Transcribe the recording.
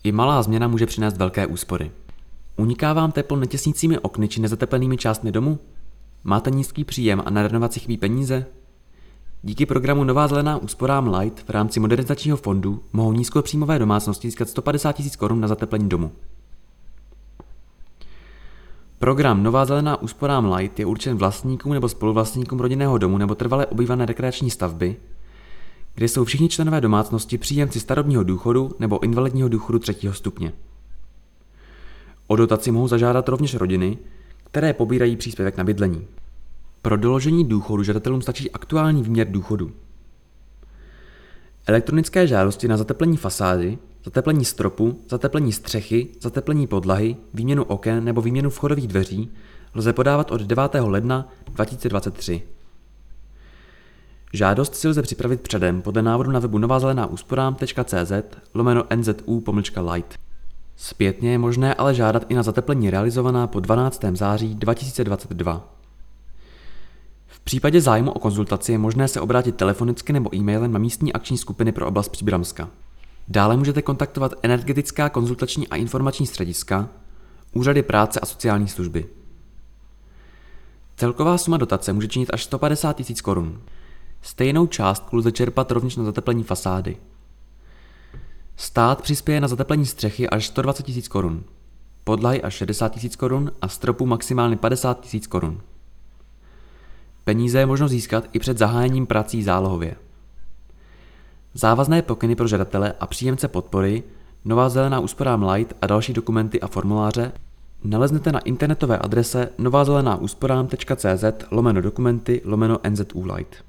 I malá změna může přinést velké úspory. Uniká vám teplo netěsnícími okny či nezateplenými částmi domu? Máte nízký příjem a na renovaci chybí peníze? Díky programu Nová zelená úsporám Light v rámci modernizačního fondu mohou nízkopříjmové domácnosti získat 150 000 korun na zateplení domu. Program Nová zelená úsporám Light je určen vlastníkům nebo spoluvlastníkům rodinného domu nebo trvale obývané rekreační stavby, kde jsou všichni členové domácnosti příjemci starobního důchodu nebo invalidního důchodu 3. stupně. O dotaci mohou zažádat rovněž rodiny, které pobírají příspěvek na bydlení. Pro doložení důchodu žadatelům stačí aktuální výměr důchodu. Elektronické žádosti na zateplení fasády, zateplení stropu, zateplení střechy, zateplení podlahy, výměnu oken nebo výměnu vchodových dveří lze podávat od 9. ledna 2023. Žádost si lze připravit předem podle návodu na webu novazelenaúsporám.cz/nzu-light. Zpětně je možné ale žádat i na zateplení realizovaná po 12. září 2022. V případě zájmu o konzultaci je možné se obrátit telefonicky nebo e-mailem na místní akční skupiny pro oblast Příbramska. Dále můžete kontaktovat energetická konzultační a informační střediska, úřady práce a sociální služby. Celková suma dotace může činit až 150 000 korun. Stejnou částku lze čerpat rovněž na zateplení fasády. Stát přispěje na zateplení střechy až 120 000 korun, podlahy až 60 000 korun a stropu maximálně 50 000 korun. Peníze je možno získat i před zahájením prací zálohově. Závazné pokyny pro žadatele a příjemce podpory, Nová zelená úsporám Light a další dokumenty a formuláře naleznete na internetové adrese novazelenaúsporám.cz/dokumenty/NZU Light.